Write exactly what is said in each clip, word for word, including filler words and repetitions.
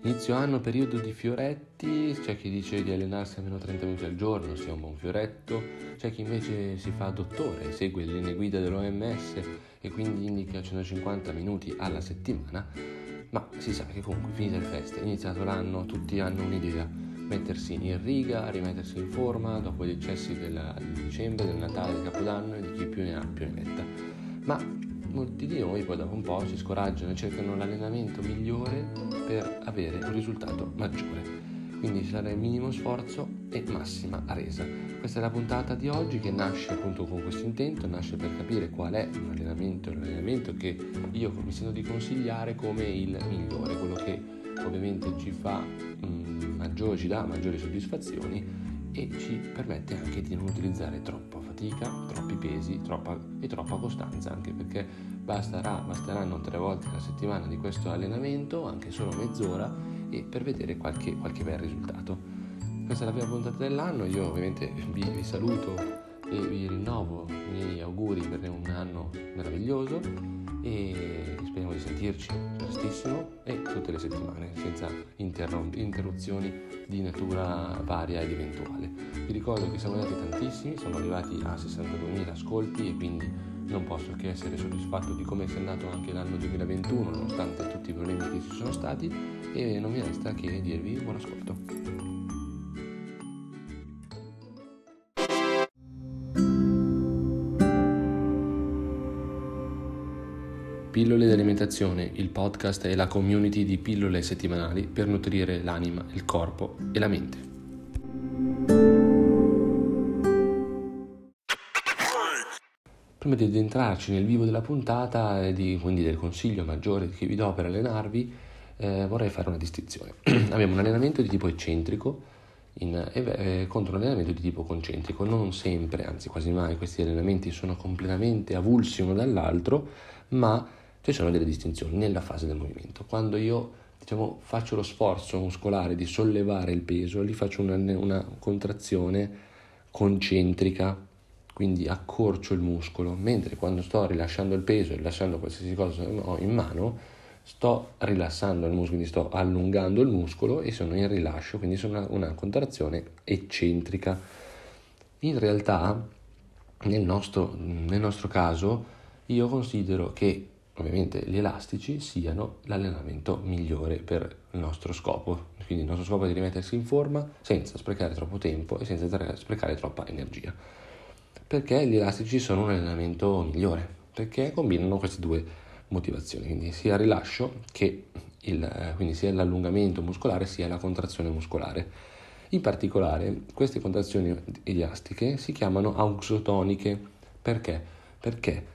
Inizio anno, periodo di fioretti, c'è chi dice di allenarsi almeno trenta minuti al giorno sia un buon fioretto, c'è chi invece si fa dottore, segue le linee guida dell'O M S e quindi indica centocinquanta minuti alla settimana, ma si sa che comunque finite le feste, iniziato l'anno, tutti hanno un'idea, mettersi in riga, rimettersi in forma dopo gli eccessi del dicembre, del Natale, del Capodanno e di chi più ne ha più ne metta. Ma molti di noi poi dopo un po' si scoraggiano e cercano l'allenamento migliore per avere un risultato maggiore. Quindi sarà il minimo sforzo e massima resa. Questa è la puntata di oggi che nasce appunto con questo intento, nasce per capire qual è un allenamento, un allenamento che io mi sento di consigliare come il migliore, quello che ovviamente ci fa mh, maggiore, ci dà maggiori soddisfazioni e ci permette anche di non utilizzare troppa fatica, troppi pesi troppa, e troppa costanza, anche perché basterà, basteranno tre volte alla settimana di questo allenamento, anche solo mezz'ora, e per vedere qualche, qualche bel risultato. Questa è la prima puntata dell'anno, io ovviamente vi, vi saluto e vi rinnovo i miei auguri per un anno meraviglioso e speriamo di sentirci prestissimo e tutte le settimane senza interrom- interruzioni di natura varia ed eventuale. Vi ricordo che siamo andati tantissimi, siamo arrivati a sessantaduemila ascolti e quindi non posso che essere soddisfatto di come sia andato anche l'anno duemilaventuno nonostante tutti i problemi che ci sono stati e non mi resta che dirvi buon ascolto. Pillole di alimentazione, il podcast e la community di pillole settimanali per nutrire l'anima, il corpo e la mente. Prima di entrarci nel vivo della puntata e di, quindi del consiglio maggiore che vi do per allenarvi, eh, vorrei fare una distinzione. Abbiamo un allenamento di tipo eccentrico in, eh, contro un allenamento di tipo concentrico. Non sempre, anzi quasi mai, questi allenamenti sono completamente avulsi uno dall'altro, ma ci sono delle distinzioni nella fase del movimento. Quando io diciamo, faccio lo sforzo muscolare di sollevare il peso, lì faccio una, una contrazione concentrica, quindi accorcio il muscolo, mentre quando sto rilasciando il peso e rilasciando qualsiasi cosa ho in mano, sto rilassando il muscolo, quindi sto allungando il muscolo e sono in rilascio, quindi sono una, una contrazione eccentrica. In realtà, nel nostro, nel nostro caso, io considero che ovviamente gli elastici siano l'allenamento migliore per il nostro scopo, quindi il nostro scopo è di rimettersi in forma senza sprecare troppo tempo e senza sprecare troppa energia. Perché gli elastici sono un allenamento migliore? Perché combinano queste due motivazioni, quindi sia il rilascio che il, quindi sia l'allungamento muscolare sia la contrazione muscolare. In particolare queste contrazioni elastiche si chiamano auxotoniche. Perché? Perché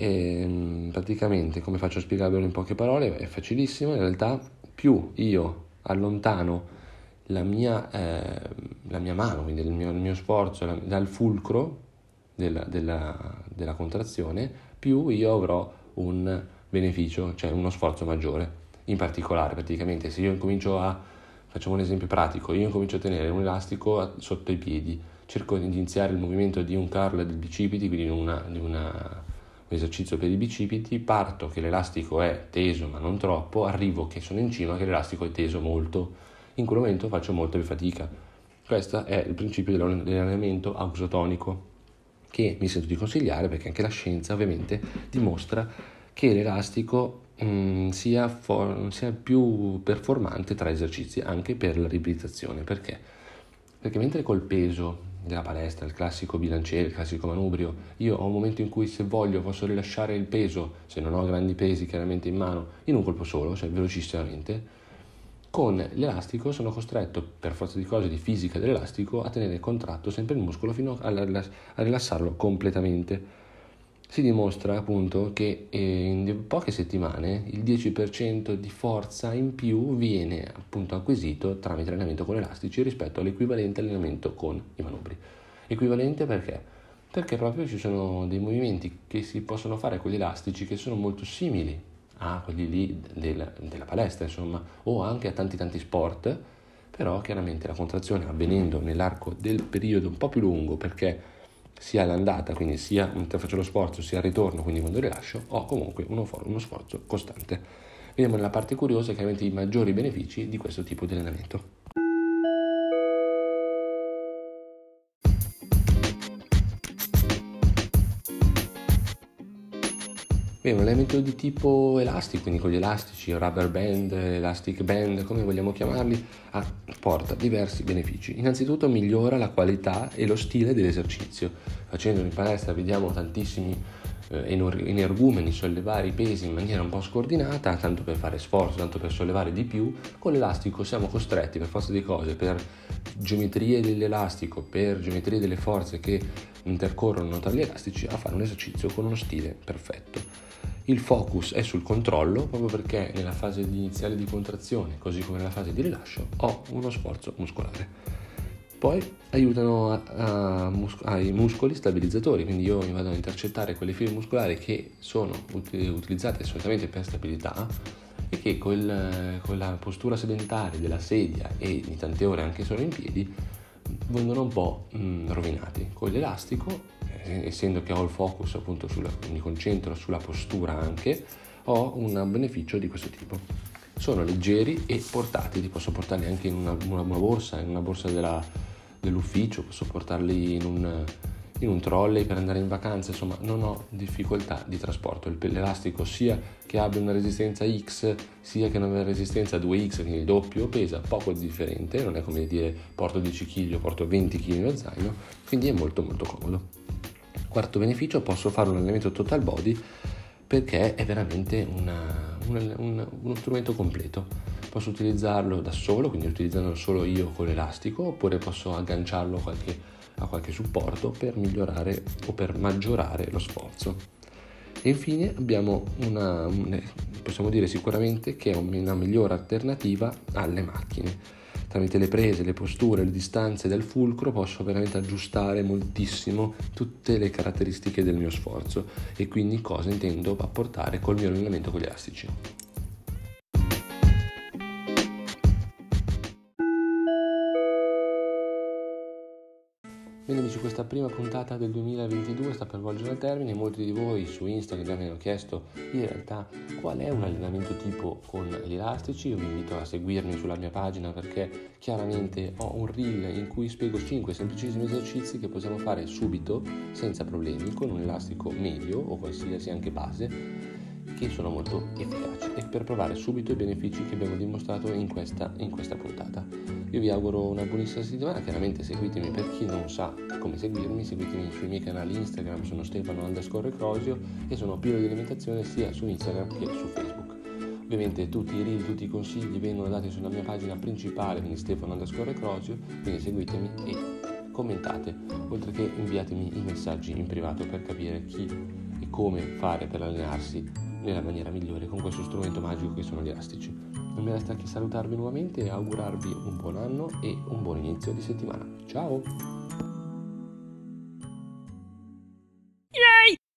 E, praticamente, come faccio a spiegarvelo in poche parole, è facilissimo. In realtà più io allontano la mia, eh, la mia mano, quindi il mio, il mio sforzo la, dal fulcro della, della, della contrazione, più io avrò un beneficio, cioè uno sforzo maggiore. In particolare, praticamente, se io incomincio a, facciamo un esempio pratico, io incomincio a tenere un elastico sotto i piedi, cerco di iniziare il movimento di un curl del bicipiti, quindi di una, di una un esercizio per i bicipiti, parto che l'elastico è teso ma non troppo, arrivo che sono in cima che l'elastico è teso molto, in quel momento faccio molto più fatica. Questo è il principio dell'allenamento auxotonico che mi sento di consigliare perché anche la scienza ovviamente dimostra che l'elastico mh, sia, for- sia più performante tra esercizi anche per la riabilitazione. Perché? Perché mentre col peso della palestra, il classico bilanciere, il classico manubrio, io ho un momento in cui se voglio posso rilasciare il peso, se non ho grandi pesi chiaramente in mano, in un colpo solo, cioè velocissimamente. Con l'elastico sono costretto, per forza di cose di fisica dell'elastico, a tenere contratto sempre il muscolo fino a, a rilassarlo completamente. Si dimostra appunto che in poche settimane il dieci per cento di forza in più viene appunto acquisito tramite allenamento con elastici rispetto all'equivalente allenamento con i manubri. Equivalente perché? Perché proprio ci sono dei movimenti che si possono fare con gli elastici che sono molto simili a quelli lì della, della palestra, insomma, o anche a tanti tanti sport, però chiaramente la contrazione avvenendo nell'arco del periodo un po' più lungo, perché sia l'andata, quindi sia mentre faccio lo sforzo, sia il ritorno, quindi quando rilascio, ho comunque uno, uno sforzo costante. Vediamo nella parte curiosa chiaramente i maggiori benefici di questo tipo di allenamento. Beh, un allenamento di tipo elastico, quindi con gli elastici, rubber band, elastic band, come vogliamo chiamarli, porta diversi benefici. Innanzitutto migliora la qualità e lo stile dell'esercizio. Facendo in palestra vediamo tantissimi eh, energumeni sollevare i pesi in maniera un po' scordinata, tanto per fare sforzo, tanto per sollevare di più. Con l'elastico siamo costretti, per forza di cose, per geometrie dell'elastico, per geometrie delle forze che intercorrono tra gli elastici, a fare un esercizio con uno stile perfetto. Il focus è sul controllo, proprio perché nella fase iniziale di contrazione, così come nella fase di rilascio, ho uno sforzo muscolare. Poi aiutano a, a mus- ai muscoli stabilizzatori, quindi io mi vado a intercettare quelle fibre muscolari che sono ut- utilizzate solitamente per stabilità e che col, con la postura sedentaria della sedia e di tante ore anche solo in piedi vengono un po' mh, rovinati. Con l'elastico, eh, essendo che ho il focus appunto sulla, mi concentro sulla postura anche, ho un beneficio di questo tipo. Sono leggeri e portatili, posso portarli anche in una, una, una borsa, in una borsa della, dell'ufficio, posso portarli in un, in un trolley per andare in vacanza, insomma non ho difficoltà di trasporto. L'elastico sia che abbia una resistenza X sia che una resistenza due X, quindi il doppio, pesa poco differente, non è come dire porto dieci chili o porto venti chili nello zaino, quindi è molto molto comodo. Quarto beneficio, posso fare un allenamento total body perché è veramente una, un, un, uno strumento completo. Posso utilizzarlo da solo, quindi utilizzandolo solo io con l'elastico, oppure posso agganciarlo a qualche, a qualche supporto per migliorare o per maggiorare lo sforzo. E infine abbiamo una, possiamo dire sicuramente che è una migliore alternativa alle macchine. Tramite le prese, le posture, le distanze del fulcro posso veramente aggiustare moltissimo tutte le caratteristiche del mio sforzo e quindi cosa intendo apportare col mio allenamento con gli elastici. Bene amici, questa prima puntata del duemilaventidue sta per volgere al termine. Molti di voi su Instagram mi hanno chiesto in realtà qual è un allenamento tipo con gli elastici. Io vi invito a seguirmi sulla mia pagina perché chiaramente ho un reel in cui spiego cinque semplicissimi esercizi che possiamo fare subito senza problemi con un elastico medio o qualsiasi anche base, che sono molto efficaci e per provare subito i benefici che abbiamo dimostrato in questa, in questa puntata. Io vi auguro una buonissima settimana, chiaramente seguitemi per chi non sa come seguirmi, seguitemi sui miei canali Instagram, sono Stefano underscore Crosio e sono Pillole di Alimentazione sia su Instagram che su Facebook. Ovviamente tutti i reel, tutti i consigli vengono dati sulla mia pagina principale, quindi Stefano underscore Crosio, quindi seguitemi e commentate, oltre che inviatemi i messaggi in privato per capire chi e come fare per allenarsi nella maniera migliore con questo strumento magico che sono gli elastici. Non mi resta che salutarvi nuovamente e augurarvi un buon anno e un buon inizio di settimana. Ciao!